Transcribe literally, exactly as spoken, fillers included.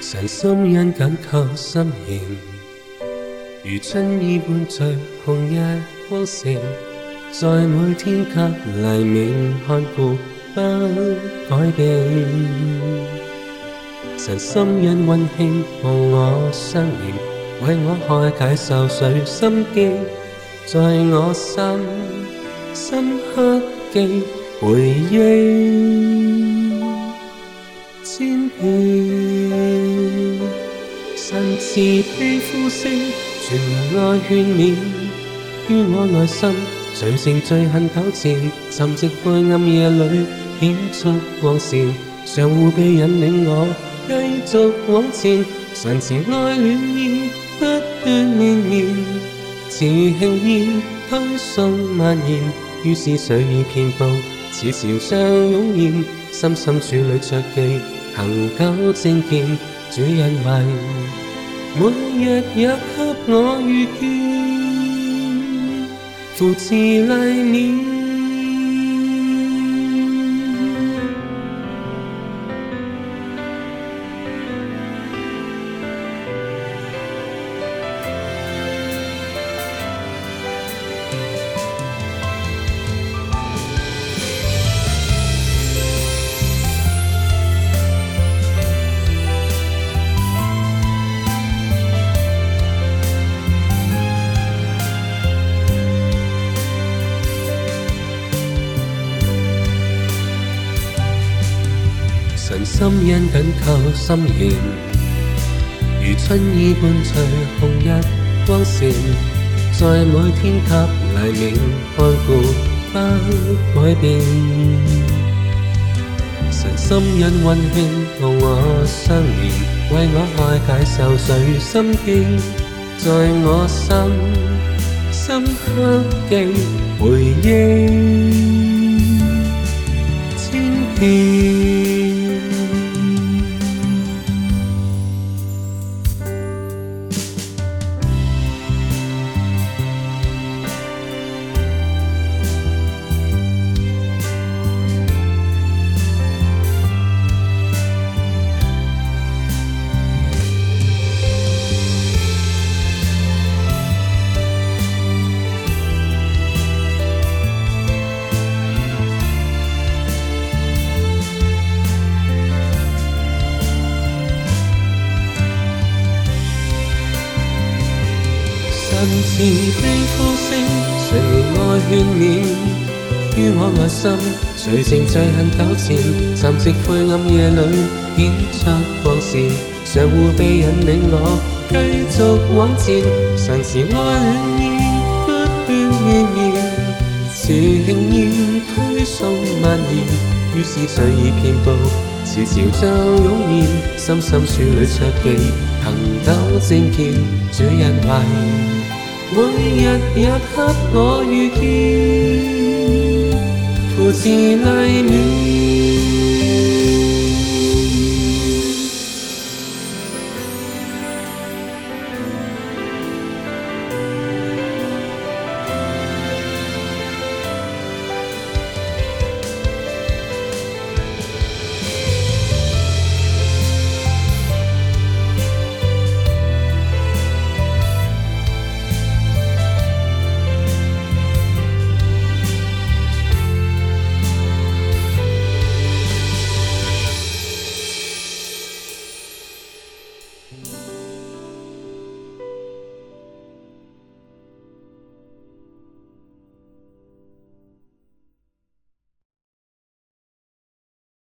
神心因緊扣心弦，如春意伴隨紅日光線，在每天給黎明看顧不改變。神心因溫馨望我相連，為我開解受碎心機，在我心深刻記回憶千遍。神慈悲呼聲，全愛勸勉，於我內心隨成罪恨糾纏，沉寂灰暗夜裏顯出光線，常護庇引領我繼續往前。神慈愛戀意不斷綿延，慈慶意推送蔓延，於是隨意遍佈，似潮漲湧現，深深處裏着記，恒久正見主恩惠，每日也給我遇見，扶持黎冕。神心因緊扣心弦，如春意伴隨紅日光線，在每天給黎明看顧不改變。神心因溫馨望我相連，為我開解受碎心經，在我心深刻記回憶千遍。神慈悲呼聲，隨愛勸勉，於我內心隨情罪恨糾纏，沉寂灰暗夜裏顯出光線，常護庇引領我繼續往前。神慈愛戀意不斷綿延，慈慶意推送蔓延，於是隨意遍佈，似潮漲湧現，深深處裏着記，恒久正見主恩惠，每日也給我遇見，扶持黎冕。